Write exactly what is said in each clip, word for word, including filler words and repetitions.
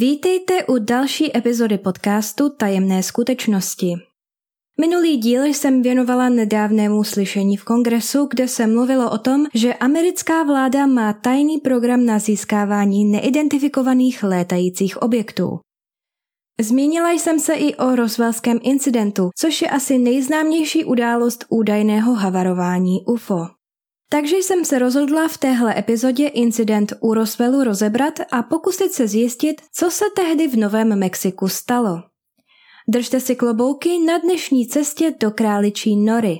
Vítejte u další epizody podcastu Tajemné skutečnosti. Minulý díl jsem věnovala nedávnému slyšení v kongresu, kde se mluvilo o tom, že americká vláda má tajný program na získávání neidentifikovaných létajících objektů. Zmínila jsem se i o roswellském incidentu, což je asi nejznámější událost údajného havarování U F O. Takže jsem se rozhodla v téhle epizodě incident u Roswellu rozebrat a pokusit se zjistit, co se tehdy v Novém Mexiku stalo. Držte si klobouky na dnešní cestě do Králičí nory.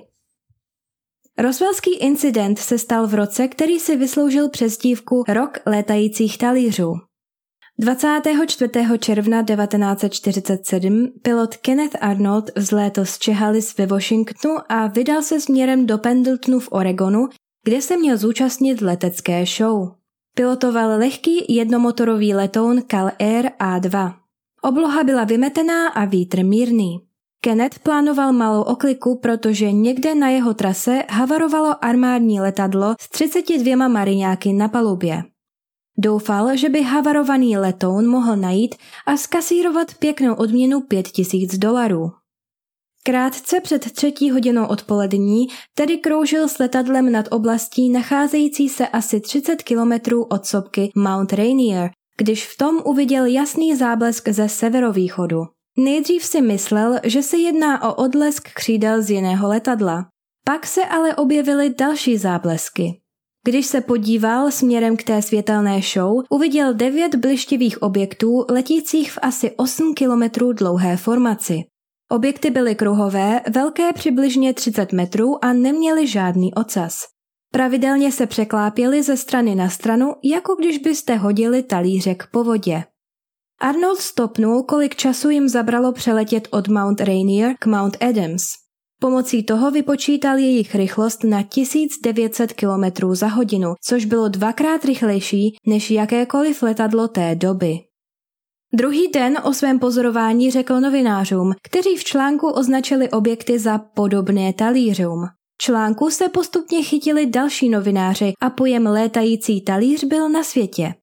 Roswellský incident se stal v roce, který si vysloužil přezdívku Rok létajících talířů. dvacátého čtvrtého června devatenáct set čtyřicet sedm pilot Kenneth Arnold vzlétl z Chehalis ve Washingtonu a vydal se směrem do Pendletonu v Oregonu, kde se měl zúčastnit letecké show. Pilotoval lehký jednomotorový letoun Cal Air A dva. Obloha byla vymetená a vítr mírný. Kenneth plánoval malou okliku, protože někde na jeho trase havarovalo armádní letadlo s třiceti dvěma mariňáky na palubě. Doufal, že by havarovaný letoun mohl najít a skasírovat pěknou odměnu pět tisíc dolarů. Krátce před třetí hodinou odpolední tedy kroužil s letadlem nad oblastí nacházející se asi třicet kilometrů od sopky Mount Rainier, když v tom uviděl jasný záblesk ze severovýchodu. Nejdřív si myslel, že se jedná o odlesk křídel z jiného letadla. Pak se ale objevily další záblesky. Když se podíval směrem k té světelné show, uviděl devět blištivých objektů letících v asi osm kilometrů dlouhé formaci. Objekty byly kruhové, velké přibližně třicet metrů a neměly žádný ocas. Pravidelně se překlápěly ze strany na stranu, jako když byste hodili talířek po vodě. Arnold stopnul, kolik času jim zabralo přeletět od Mount Rainier k Mount Adams. Pomocí toho vypočítal jejich rychlost na tisíc devět set kilometrů za hodinu, což bylo dvakrát rychlejší než jakékoliv letadlo té doby. Druhý den o svém pozorování řekl novinářům, kteří v článku označili objekty za podobné talířům. Článku se postupně chytili další novináři a pojem létající talíř byl na světě.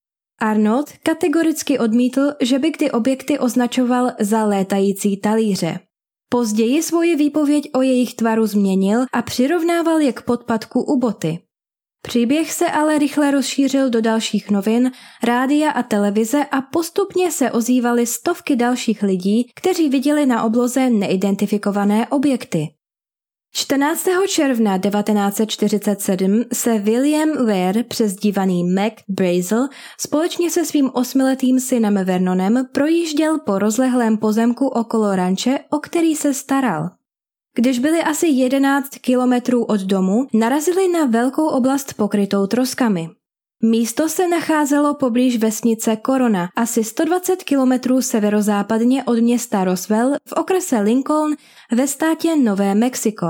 Arnold kategoricky odmítl, že by kdy objekty označoval za létající talíře. Později svoji výpověď o jejich tvaru změnil a přirovnával je k podpatku u boty. Příběh se ale rychle rozšířil do dalších novin, rádia a televize a postupně se ozývaly stovky dalších lidí, kteří viděli na obloze neidentifikované objekty. čtrnáctého června devatenáct set čtyřicet sedm se William Ware, přezdívaný Mac Brazel, společně se svým osmiletým synem Vernonem projížděl po rozlehlém pozemku okolo ranče, o který se staral. Když byli asi jedenáct kilometrů od domu, narazili na velkou oblast pokrytou troskami. Místo se nacházelo poblíž vesnice Corona, asi sto dvacet kilometrů severozápadně od města Roswell v okrese Lincoln ve státě Nové Mexiko.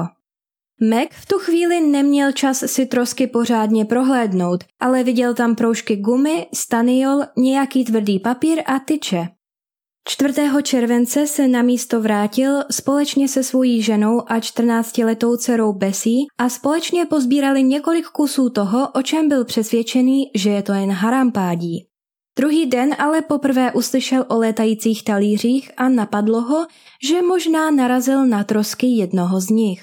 Mac v tu chvíli neměl čas si trosky pořádně prohlédnout, ale viděl tam proužky gumy, staniol, nějaký tvrdý papír a tyče. čtvrtého července se na místo vrátil společně se svojí ženou a čtrnáctiletou dcerou Bessie a společně pozbírali několik kusů toho, o čem byl přesvědčený, že je to jen harampádí. Druhý den ale poprvé uslyšel o létajících talířích a napadlo ho, že možná narazil na trosky jednoho z nich.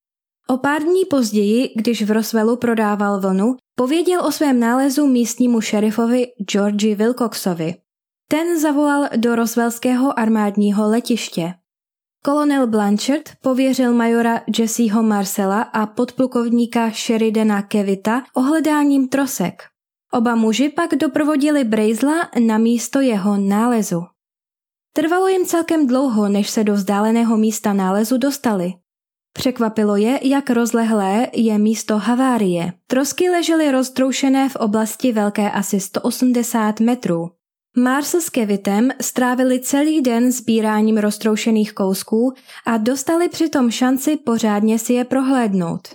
O pár dní později, když v Roswellu prodával vlnu, pověděl o svém nálezu místnímu šerifovi Georgi Wilcoxovi. Ten zavolal do roswellského armádního letiště. Kolonel Blanchard pověřil majora Jesseho Marcella a podplukovníka Sheridana Kevita ohledáním trosek. Oba muži pak doprovodili Brazela na místo jeho nálezu. Trvalo jim celkem dlouho, než se do vzdáleného místa nálezu dostali. Překvapilo je, jak rozlehlé je místo havárie. Trosky ležely roztroušené v oblasti velké asi sto osmdesát metrů. Marcel s Kevitem strávili celý den sbíráním roztroušených kousků a dostali přitom šanci pořádně si je prohlédnout.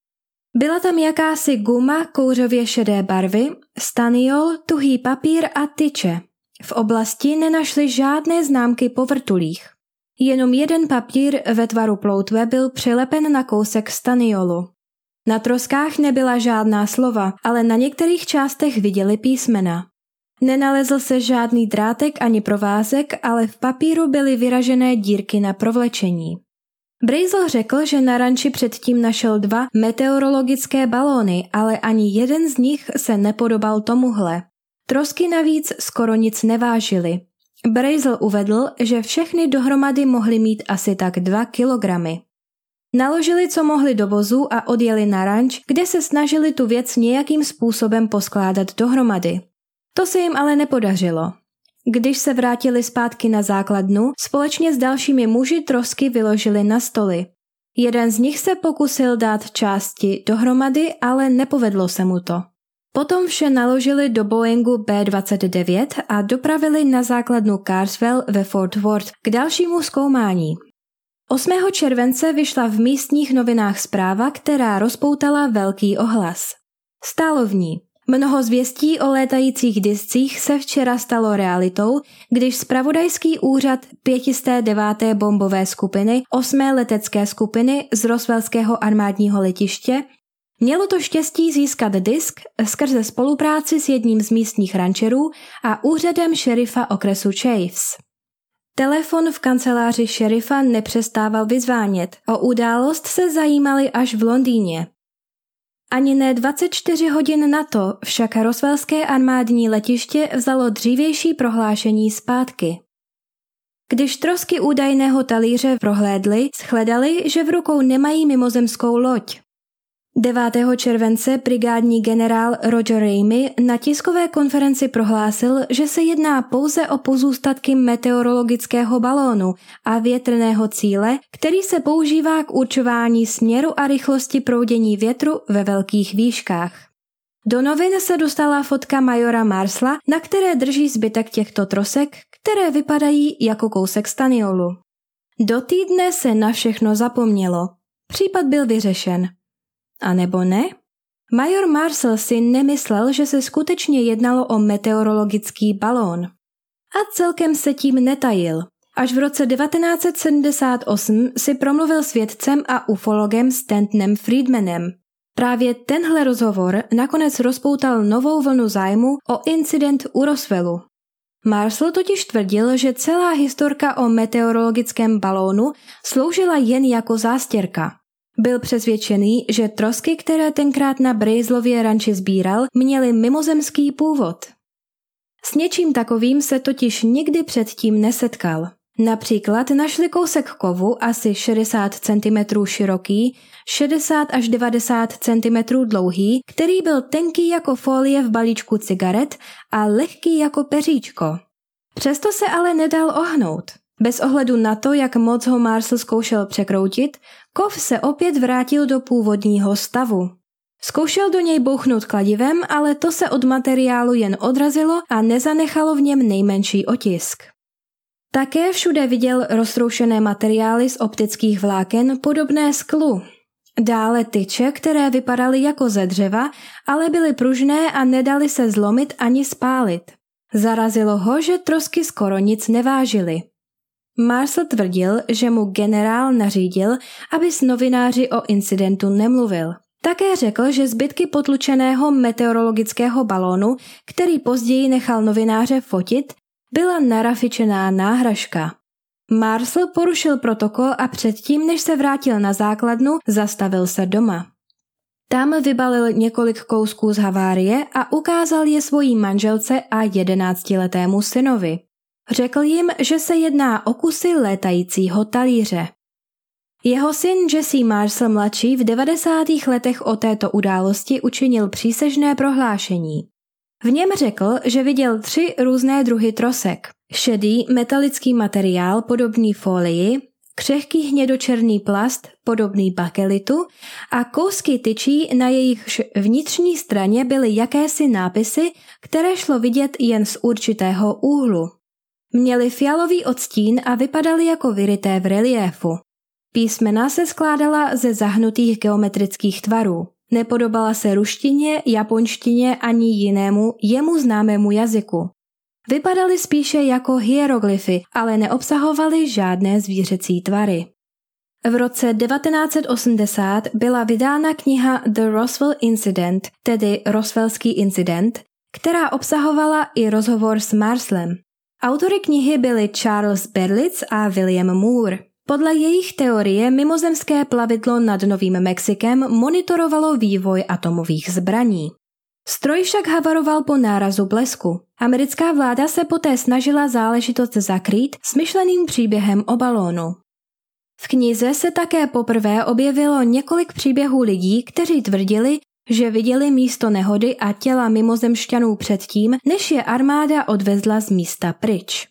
Byla tam jakási guma kouřově šedé barvy, staniol, tuhý papír a tyče. V oblasti nenašli žádné známky po vrtulích. Jenom jeden papír ve tvaru ploutve byl přilepen na kousek staniolu. Na troskách nebyla žádná slova, ale na některých částech viděli písmena. Nenalezl se žádný drátek ani provázek, ale v papíru byly vyražené dírky na provlečení. Brazel řekl, že na ranči předtím našel dva meteorologické balóny, ale ani jeden z nich se nepodobal tomuhle. Trosky navíc skoro nic nevážily. Brazel uvedl, že všechny dohromady mohly mít asi tak dva kilogramy. Naložili, co mohli do vozu a odjeli na ranč, kde se snažili tu věc nějakým způsobem poskládat dohromady. To se jim ale nepodařilo. Když se vrátili zpátky na základnu, společně s dalšími muži trosky vyložili na stoly. Jeden z nich se pokusil dát části dohromady, ale nepovedlo se mu to. Potom vše naložili do Boeingu bé dvacet devět a dopravili na základnu Carswell ve Fort Worth k dalšímu zkoumání. osmého července vyšla v místních novinách zpráva, která rozpoutala velký ohlas. Stálo v ní: mnoho zvěstí o létajících discích se včera stalo realitou, když zpravodajský úřad pět set deváté bombové skupiny osmé letecké skupiny z Roswellského armádního letiště mělo to štěstí získat disk skrze spolupráci s jedním z místních rančerů a úřadem šerifa okresu Chaves. Telefon v kanceláři šerifa nepřestával vyzvánět, o událost se zajímali až v Londýně. Ani ne dvacet čtyři hodin na to však Roswellské armádní letiště vzalo dřívější prohlášení zpátky. Když trosky údajného talíře prohlédli, shledali, že v rukou nemají mimozemskou loď. devátého července brigádní generál Roger Ramey na tiskové konferenci prohlásil, že se jedná pouze o pozůstatky meteorologického balónu a větrného cíle, který se používá k určování směru a rychlosti proudění větru ve velkých výškách. Do novin se dostala fotka majora Marsla, na které drží zbytek těchto trosek, které vypadají jako kousek staniolu. Do týdne se na všechno zapomnělo. Případ byl vyřešen. A nebo ne? Major Marcel si nemyslel, že se skutečně jednalo o meteorologický balón. A celkem se tím netajil. Až v roce devatenáct set sedmdesát osm si promluvil s vědcem a ufologem Stantonem Friedmanem. Právě tenhle rozhovor nakonec rozpoutal novou vlnu zájmu o incident u Roswellu. Marcel totiž tvrdil, že celá historka o meteorologickém balónu sloužila jen jako zástěrka. Byl přesvědčený, že trosky, které tenkrát na Brazelově ranči sbíral, měly mimozemský původ. S něčím takovým se totiž nikdy předtím nesetkal. Například našli kousek kovu asi šedesát centimetrů široký, šedesát až devadesát centimetrů dlouhý, který byl tenký jako folie v balíčku cigaret a lehký jako peříčko. Přesto se ale nedal ohnout. Bez ohledu na to, jak moc ho Marcel zkoušel překroutit, kov se opět vrátil do původního stavu. Zkoušel do něj bouchnout kladivem, ale to se od materiálu jen odrazilo a nezanechalo v něm nejmenší otisk. Také všude viděl roztroušené materiály z optických vláken podobné sklu. Dále tyče, které vypadaly jako ze dřeva, ale byly pružné a nedaly se zlomit ani spálit. Zarazilo ho, že trosky skoro nic nevážily. Marcel tvrdil, že mu generál nařídil, aby s novináři o incidentu nemluvil. Také řekl, že zbytky potlučeného meteorologického balónu, který později nechal novináře fotit, byla narafičená náhražka. Marcel porušil protokol a předtím, než se vrátil na základnu, zastavil se doma. Tam vybalil několik kousků z havárie a ukázal je svojí manželce a jedenáctiletému synovi. Řekl jim, že se jedná o kusy létajícího talíře. Jeho syn Jesse Marcel mladší v devadesátých letech o této události učinil přísežné prohlášení. V něm řekl, že viděl tři různé druhy trosek. Šedý metalický materiál podobný folii, křehký hnědočerný plast podobný bakelitu a kousky tyčí, na jejichž vnitřní straně byly jakési nápisy, které šlo vidět jen z určitého úhlu. Měly fialový odstín a vypadaly jako vyryté v reliéfu. Písmena se skládala ze zahnutých geometrických tvarů. Nepodobala se ruštině, japonštině ani jinému jemu známému jazyku. Vypadaly spíše jako hieroglyfy, ale neobsahovaly žádné zvířecí tvary. V roce devatenáct set osmdesát byla vydána kniha The Roswell Incident, tedy Roswellský incident, která obsahovala i rozhovor s Marslem. Autory knihy byli Charles Berlitz a William Moore. Podle jejich teorie mimozemské plavidlo nad Novým Mexikem monitorovalo vývoj atomových zbraní. Stroj však havaroval po nárazu blesku. Americká vláda se poté snažila záležitost zakrýt smyšleným příběhem o balónu. V knize se také poprvé objevilo několik příběhů lidí, kteří tvrdili, že viděli místo nehody a těla mimozemšťanů předtím, než je armáda odvezla z místa pryč.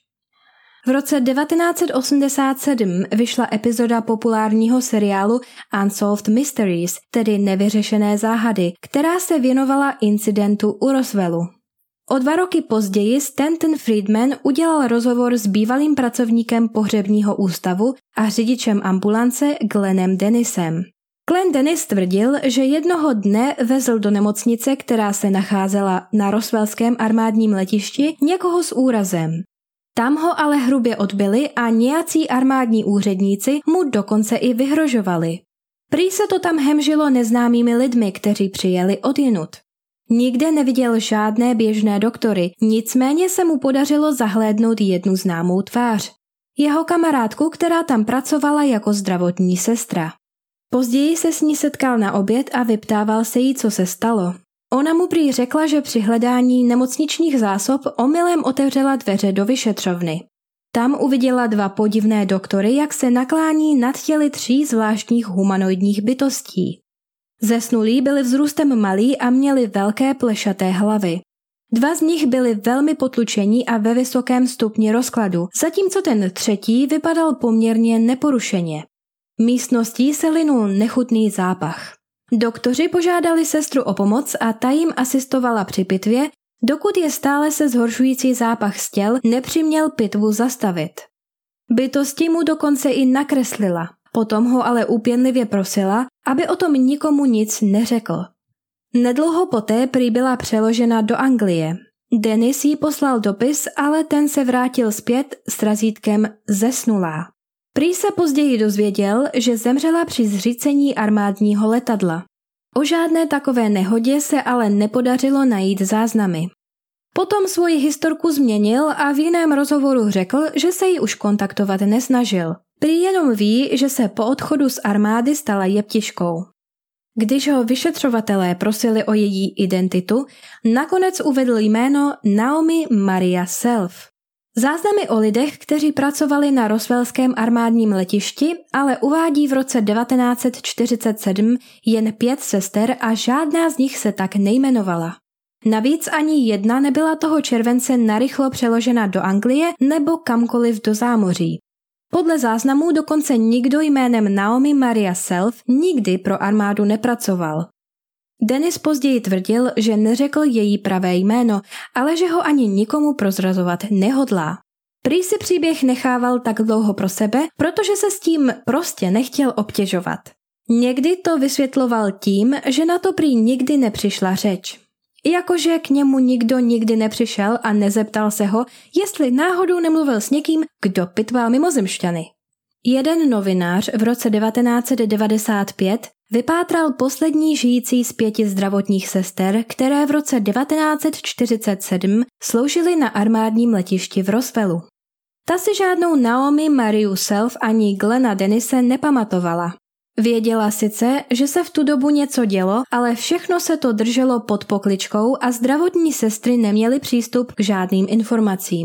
V roce devatenáct osmdesát sedm vyšla epizoda populárního seriálu Unsolved Mysteries, tedy nevyřešené záhady, která se věnovala incidentu u Roswellu. O dva roky později Stanton Friedman udělal rozhovor s bývalým pracovníkem pohřebního ústavu a řidičem ambulance Glennem Dennisem. Glenn Dennis tvrdil, že jednoho dne vezl do nemocnice, která se nacházela na Roswellském armádním letišti, někoho s úrazem. Tam ho ale hrubě odbili a nějací armádní úředníci mu dokonce i vyhrožovali. Prý se to tam hemžilo neznámými lidmi, kteří přijeli odjinud. Nikde neviděl žádné běžné doktory, nicméně se mu podařilo zahlédnout jednu známou tvář. Jeho kamarádku, která tam pracovala jako zdravotní sestra. Později se s ní setkal na oběd a vyptával se jí, co se stalo. Ona mu prý řekla, že při hledání nemocničních zásob omylem otevřela dveře do vyšetřovny. Tam uviděla dva podivné doktory, jak se naklání nad těly tří zvláštních humanoidních bytostí. Zesnulí byli vzrůstem malí a měli velké plešaté hlavy. Dva z nich byli velmi potlučení a ve vysokém stupni rozkladu, zatímco ten třetí vypadal poměrně neporušeně. Místností se linul nechutný zápach. Doktoři požádali sestru o pomoc a ta jim asistovala při pitvě, dokud je stále se zhoršující zápach z těl nepřiměl pitvu zastavit. Bytosti mu dokonce i nakreslila, potom ho ale úpěnlivě prosila, aby o tom nikomu nic neřekl. Nedlouho poté prý byla přeložena do Anglie. Dennis jí poslal dopis, ale ten se vrátil zpět s razítkem zesnulá. Prý se později dozvěděl, že zemřela při zřícení armádního letadla. O žádné takové nehodě se ale nepodařilo najít záznamy. Potom svoji historku změnil a v jiném rozhovoru řekl, že se jí už kontaktovat nesnažil. Prý jenom ví, že se po odchodu z armády stala jeptiškou. Když ho vyšetřovatelé prosili o její identitu, nakonec uvedl jméno Naomi Maria Self. Záznamy o lidech, kteří pracovali na Roswellském armádním letišti, ale uvádí v roce devatenáct set čtyřicet sedm jen pět sester a žádná z nich se tak nejmenovala. Navíc ani jedna nebyla toho července narychlo přeložena do Anglie nebo kamkoliv do zámoří. Podle záznamů dokonce nikdo jménem Naomi Maria Self nikdy pro armádu nepracoval. Dennis později tvrdil, že neřekl její pravé jméno, ale že ho ani nikomu prozrazovat nehodlá. Prý si příběh nechával tak dlouho pro sebe, protože se s tím prostě nechtěl obtěžovat. Někdy to vysvětloval tím, že na to prý nikdy nepřišla řeč. Jakože k němu nikdo nikdy nepřišel a nezeptal se ho, jestli náhodou nemluvil s někým, kdo pitval mimozemšťany. Jeden novinář v roce devatenáct set devadesát pět vypátral poslední žijící z pěti zdravotních sester, které v roce devatenáct set čtyřicet sedm sloužily na armádním letišti v Roswellu. Ta si žádnou Naomi Mariu Self ani Glenna Dennise nepamatovala. Věděla sice, že se v tu dobu něco dělo, ale všechno se to drželo pod pokličkou a zdravotní sestry neměly přístup k žádným informacím.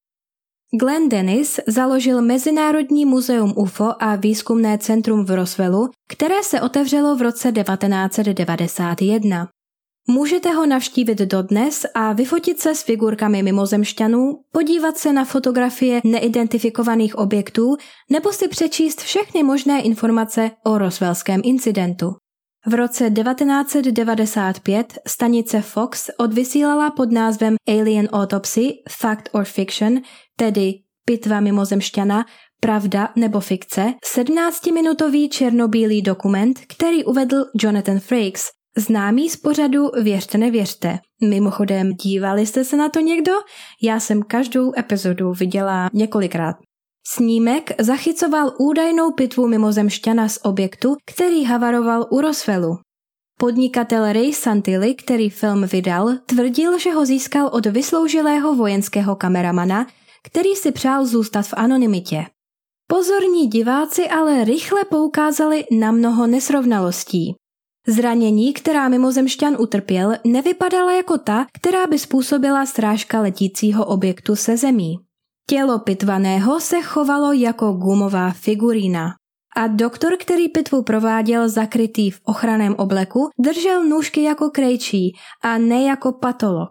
Glenn Dennis založil Mezinárodní muzeum U F O a výzkumné centrum v Roswellu, které se otevřelo v roce devatenáct set devadesát jedna. Můžete ho navštívit dodnes a vyfotit se s figurkami mimozemšťanů, podívat se na fotografie neidentifikovaných objektů nebo si přečíst všechny možné informace o Roswellském incidentu. V roce devatenáct set devadesát pět stanice Fox odvysílala pod názvem Alien Autopsy, Fact or Fiction, tedy pitva mimozemšťana, pravda nebo fikce, sedmnáctiminutový černobílý dokument, který uvedl Jonathan Frakes, známý z pořadu Věřte nevěřte. Mimochodem, dívali jste se na to někdo? Já jsem každou epizodu viděla několikrát. Snímek zachycoval údajnou pitvu mimozemšťana z objektu, který havaroval u Roswellu. Podnikatel Ray Santilli, který film vydal, tvrdil, že ho získal od vysloužilého vojenského kameramana, který si přál zůstat v anonymitě. Pozorní diváci ale rychle poukázali na mnoho nesrovnalostí. Zranění, která mimozemšťan utrpěl, nevypadala jako ta, která by způsobila srážka letícího objektu se zemí. Tělo pitvaného se chovalo jako gumová figurína. A doktor, který pitvu prováděl zakrytý v ochranném obleku, držel nůžky jako krejčí a ne jako patolog.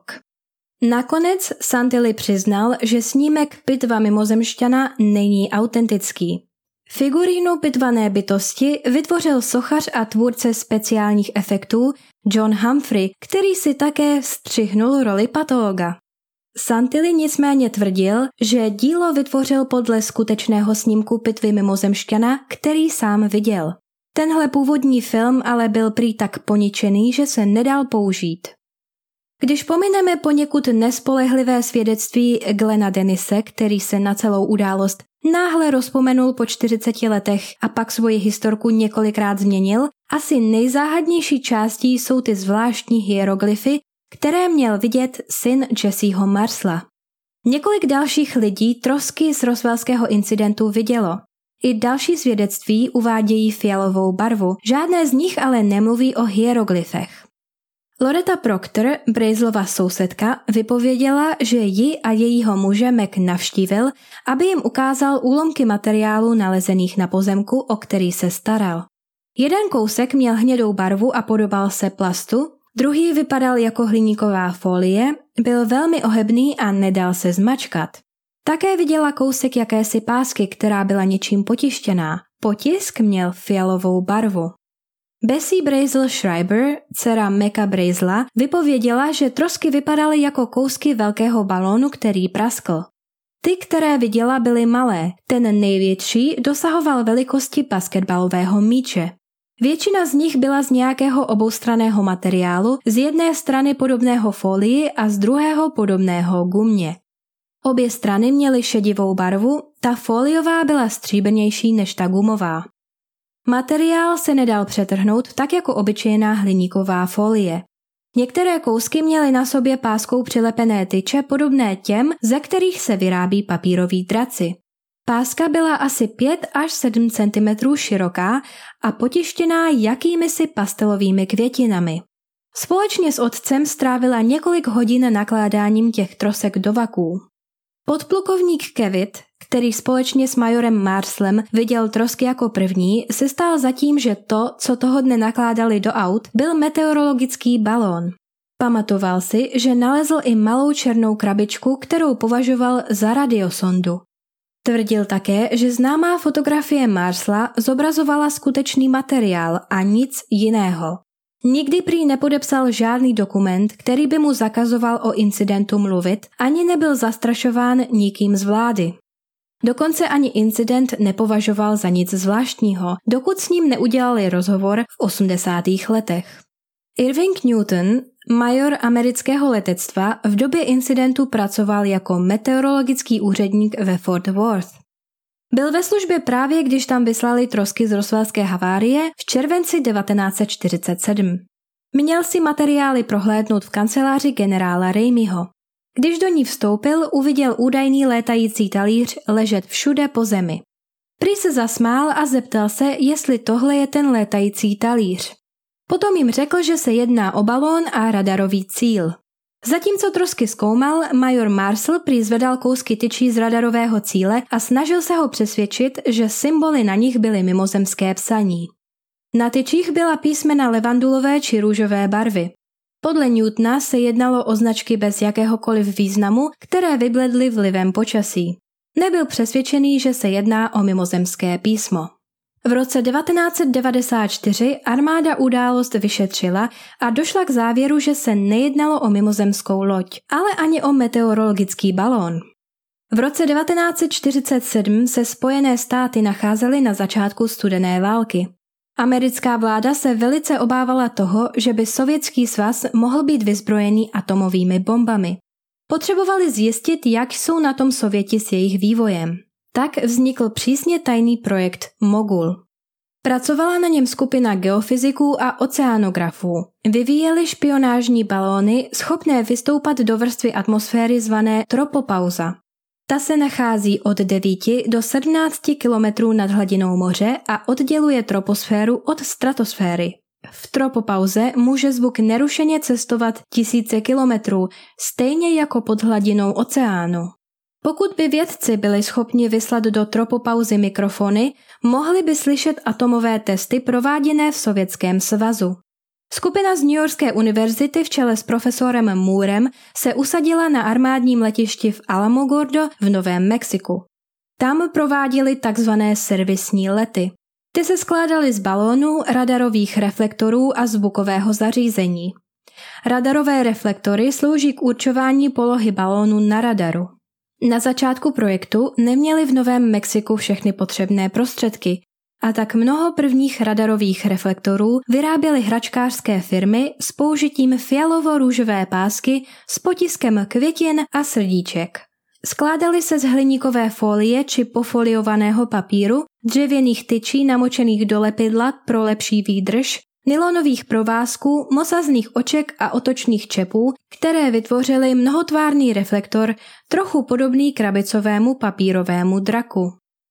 Nakonec Santilli přiznal, že snímek pitva mimozemšťana není autentický. Figurínu pitvané bytosti vytvořil sochař a tvůrce speciálních efektů John Humphrey, který si také střihnul roli patologa. Santilli nicméně tvrdil, že dílo vytvořil podle skutečného snímku pitvy mimozemšťana, který sám viděl. Tenhle původní film ale byl prý tak poničený, že se nedal použít. Když pomineme poněkud nespolehlivé svědectví Glena Dennise, který se na celou událost náhle rozpomenul po čtyřiceti letech a pak svoji historku několikrát změnil, asi nejzáhadnější částí jsou ty zvláštní hieroglyfy, které měl vidět syn Jesseho Marsla. Několik dalších lidí trosky z roswellského incidentu vidělo. I další svědectví uvádějí fialovou barvu, žádné z nich ale nemluví o hieroglyfech. Loretta Proctor, Brazelova sousedka, vypověděla, že ji a jejího muže Mac navštívil, aby jim ukázal úlomky materiálu nalezených na pozemku, o který se staral. Jeden kousek měl hnědou barvu a podobal se plastu, druhý vypadal jako hliníková folie, byl velmi ohebný a nedal se zmačkat. Také viděla kousek jakési pásky, která byla něčím potištěná. Potisk měl fialovou barvu. Bessie Brazel Schreiber, dcera Maca Brazela, vypověděla, že trosky vypadaly jako kousky velkého balónu, který praskl. Ty, které viděla, byly malé, ten největší dosahoval velikosti basketbalového míče. Většina z nich byla z nějakého oboustranného materiálu, z jedné strany podobného folii a z druhého podobného gumě. Obě strany měly šedivou barvu, ta foliová byla stříbrnější než ta gumová. Materiál se nedal přetrhnout tak jako obyčejná hliníková folie. Některé kousky měly na sobě páskou přilepené tyče podobné těm, ze kterých se vyrábí papíroví draci. Páska byla asi pět až sedm centimetrů široká a potištěná jakýmisi pastelovými květinami. Společně s otcem strávila několik hodin nakládáním těch trosek do vaků. Podplukovník Kevitt, který společně s majorem Marslem viděl trosky jako první, se stál za tím, že to, co toho dne nakládali do aut, byl meteorologický balón. Pamatoval si, že nalezl i malou černou krabičku, kterou považoval za radiosondu. Tvrdil také, že známá fotografie Marsla zobrazovala skutečný materiál a nic jiného. Nikdy prý nepodepsal žádný dokument, který by mu zakazoval o incidentu mluvit, ani nebyl zastrašován nikým z vlády. Dokonce ani incident nepovažoval za nic zvláštního, dokud s ním neudělali rozhovor v osmdesátých letech. Irving Newton, major amerického letectva, v době incidentu pracoval jako meteorologický úředník ve Fort Worth. Byl ve službě právě, když tam vyslali trosky z roswellské havárie v červenci devatenáct set čtyřicet sedm. Měl si materiály prohlédnout v kanceláři generála Rameyho. Když do ní vstoupil, uviděl údajný létající talíř ležet všude po zemi. Prý se zasmál a zeptal se, jestli tohle je ten létající talíř. Potom jim řekl, že se jedná o balón a radarový cíl. Zatímco trosky zkoumal, major Marsl prý zvedal kousky tyčí z radarového cíle a snažil se ho přesvědčit, že symboly na nich byly mimozemské psaní. Na tyčích byla písmena levandulové či růžové barvy. Podle Newtona se jednalo o značky bez jakéhokoliv významu, které vybledly vlivem počasí. Nebyl přesvědčený, že se jedná o mimozemské písmo. V roce devatenáct set devadesát čtyři armáda událost vyšetřila a došla k závěru, že se nejednalo o mimozemskou loď, ale ani o meteorologický balón. V roce devatenáct set čtyřicet sedm se Spojené státy nacházely na začátku studené války. Americká vláda se velice obávala toho, že by Sovětský svaz mohl být vyzbrojený atomovými bombami. Potřebovali zjistit, jak jsou na tom Sověti s jejich vývojem. Tak vznikl přísně tajný projekt Mogul. Pracovala na něm skupina geofyziků a oceánografů. Vyvíjeli špionážní balóny schopné vystoupat do vrstvy atmosféry zvané tropopauza. Ta se nachází od devíti do sedmnácti kilometrů nad hladinou moře a odděluje troposféru od stratosféry. V tropopauze může zvuk nerušeně cestovat tisíce kilometrů, stejně jako pod hladinou oceánu. Pokud by vědci byli schopni vyslat do tropopauzy mikrofony, mohli by slyšet atomové testy prováděné v Sovětském svazu. Skupina z Newyorské univerzity v čele s profesorem Moorem se usadila na armádním letišti v Alamogordo v Novém Mexiku. Tam prováděli takzvané servisní lety. Ty se skládaly z balónů, radarových reflektorů a zvukového zařízení. Radarové reflektory slouží k určování polohy balónu na radaru. Na začátku projektu neměli v Novém Mexiku všechny potřebné prostředky, a tak mnoho prvních radarových reflektorů vyráběly hračkářské firmy s použitím fialovo-růžové pásky s potiskem květin a srdíček. Skládaly se z hliníkové folie či pofoliovaného papíru, dřevěných tyčí namočených do lepidla pro lepší výdrž, nylonových provázků, mosazných oček a otočných čepů, které vytvořily mnohotvárný reflektor, trochu podobný krabicovému papírovému draku.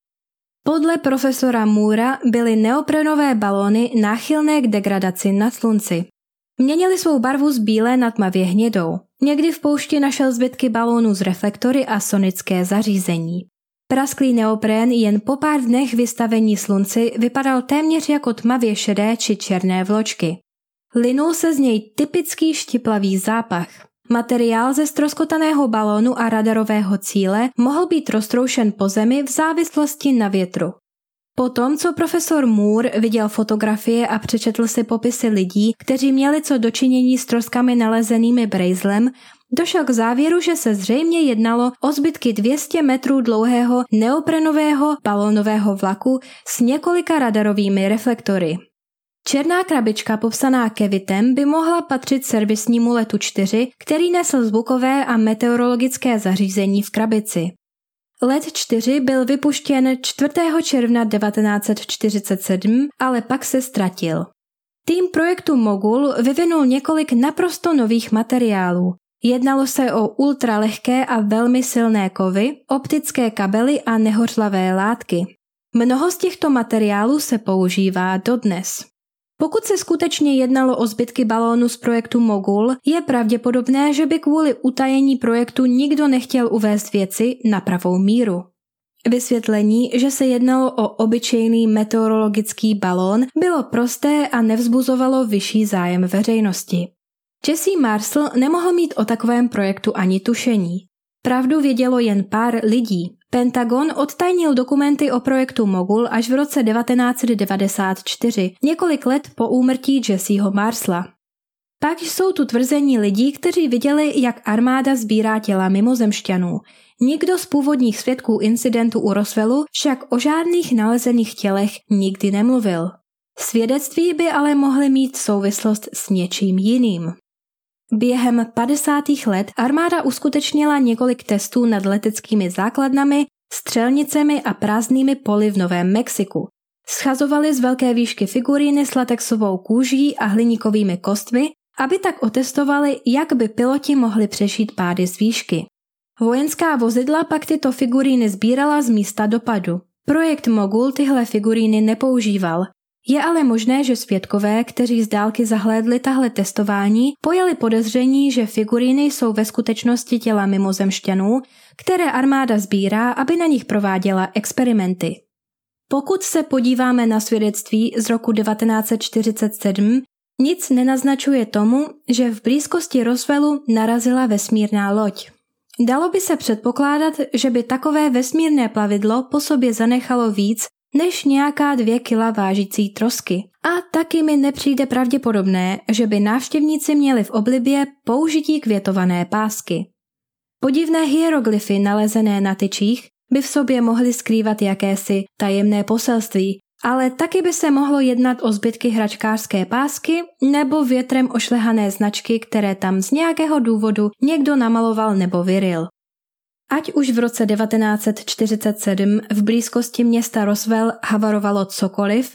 Podle profesora Moora byly neoprenové balóny náchylné k degradaci na slunci. Měnily svou barvu z bílé na tmavě hnědou. Někdy v poušti našel zbytky balónů z reflektory a sonické zařízení. Prasklý neoprén jen po pár dnech vystavení slunci vypadal téměř jako tmavě šedé či černé vločky. Linul se z něj typický štiplavý zápach. Materiál ze ztroskotaného balónu a radarového cíle mohl být roztroušen po zemi v závislosti na větru. Potom, co profesor Moore viděl fotografie a přečetl si popisy lidí, kteří měli co dočinění s troskami nalezenými Braislem, došel k závěru, že se zřejmě jednalo o zbytky dvě stě metrů dlouhého neoprenového balónového vlaku s několika radarovými reflektory. Černá krabička popsaná Kevitem by mohla patřit servisnímu letu čtyři, který nesl zvukové a meteorologické zařízení v krabici. Let čtyři byl vypuštěn čtvrtého června devatenáct set čtyřicet sedm, ale pak se ztratil. Tým projektu Mogul vyvinul několik naprosto nových materiálů. Jednalo se o ultralehké a velmi silné kovy, optické kabely a nehořlavé látky. Mnoho z těchto materiálů se používá dodnes. Pokud se skutečně jednalo o zbytky balónu z projektu Mogul, je pravděpodobné, že by kvůli utajení projektu nikdo nechtěl uvést věci na pravou míru. Vysvětlení, že se jednalo o obyčejný meteorologický balón, bylo prosté a nevzbuzovalo vyšší zájem veřejnosti. Jesse Marcel nemohl mít o takovém projektu ani tušení. Pravdu vědělo jen pár lidí. Pentagon odtajnil dokumenty o projektu Mogul až v roce devatenáct set devadesát čtyři, několik let po úmrtí Jesseho Marcela. Pak jsou tu tvrzení lidí, kteří viděli, jak armáda sbírá těla mimozemšťanů. Nikdo z původních svědků incidentu u Roswellu však o žádných nalezených tělech nikdy nemluvil. Svědectví by ale mohly mít souvislost s něčím jiným. Během padesátých let armáda uskutečnila několik testů nad leteckými základnami, střelnicemi a prázdnými poli v Novém Mexiku. Schazovali z velké výšky figuríny s latexovou kůží a hliníkovými kostmi, aby tak otestovali, jak by piloti mohli přežít pády z výšky. Vojenská vozidla pak tyto figuríny sbírala z místa dopadu. Projekt Mogul tyhle figuríny nepoužíval. Je ale možné, že svědkové, kteří z dálky zahlédli tahle testování, pojali podezření, že figuríny jsou ve skutečnosti těla mimozemšťanů, které armáda sbírá, aby na nich prováděla experimenty. Pokud se podíváme na svědectví z roku devatenáct set čtyřicet sedm, nic nenaznačuje tomu, že v blízkosti Roswellu narazila vesmírná loď. Dalo by se předpokládat, že by takové vesmírné plavidlo po sobě zanechalo víc než nějaká dvě kila vážící trosky. A taky mi nepřijde pravděpodobné, že by návštěvníci měli v oblibě použití květované pásky. Podivné hieroglyfy nalezené na tyčích by v sobě mohly skrývat jakési tajemné poselství, ale taky by se mohlo jednat o zbytky hračkářské pásky nebo větrem ošlehané značky, které tam z nějakého důvodu někdo namaloval nebo vyril. Ať už v roce devatenáct set čtyřicet sedm v blízkosti města Roswell havarovalo cokoliv,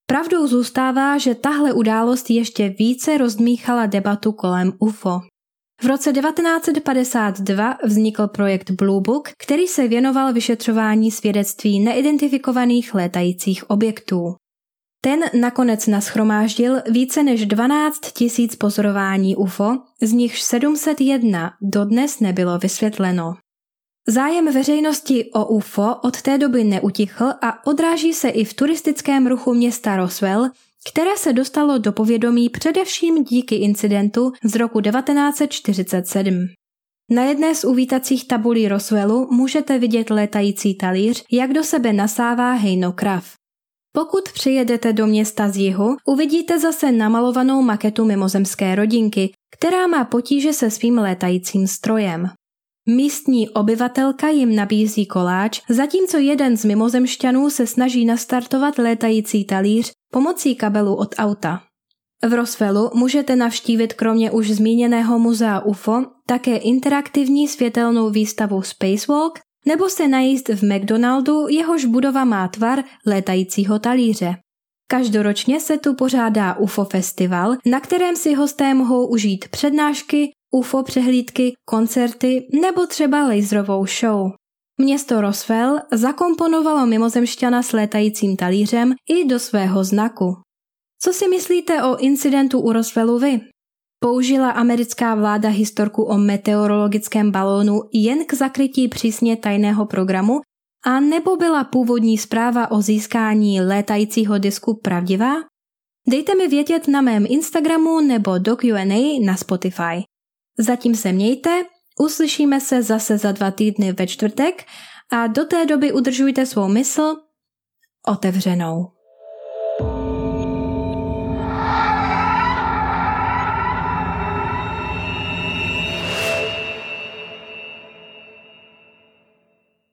Pravdou zůstává, že tahle událost ještě více rozdmíchala debatu kolem U F O. V roce devatenáct set padesát dva vznikl projekt Blue Book, který se věnoval vyšetřování svědectví neidentifikovaných létajících objektů. Ten nakonec nashromáždil více než dvanáct tisíc pozorování U F O, z nichž sedm set jedna dodnes nebylo vysvětleno. Zájem veřejnosti o U F O od té doby neutichl a odráží se i v turistickém ruchu města Roswell, které se dostalo do povědomí především díky incidentu z roku devatenáct set čtyřicet sedm. Na jedné z uvítacích tabulí Roswellu můžete vidět létající talíř, jak do sebe nasává hejno krav. Pokud přijedete do města z jihu, uvidíte zase namalovanou maketu mimozemské rodinky, která má potíže se svým létajícím strojem. Místní obyvatelka jim nabízí koláč, zatímco jeden z mimozemšťanů se snaží nastartovat létající talíř pomocí kabelu od auta. V Roswellu můžete navštívit kromě už zmíněného muzea U F O také interaktivní světelnou výstavu Spacewalk nebo se najíst v McDonaldu, jehož budova má tvar létajícího talíře. Každoročně se tu pořádá U F O festival, na kterém si hosté mohou užít přednášky, U F O přehlídky, koncerty nebo třeba laserovou show. Město Roswell zakomponovalo mimozemšťana s létajícím talířem i do svého znaku. Co si myslíte o incidentu u Roswellu vy? Použila americká vláda historku o meteorologickém balónu jen k zakrytí přísně tajného programu, a nebo byla původní zpráva o získání létajícího disku pravdivá? Dejte mi vědět na mém Instagramu nebo do Q and A na Spotify. Zatím se mějte, uslyšíme se zase za dva týdny ve čtvrtek a do té doby udržujte svou mysl otevřenou.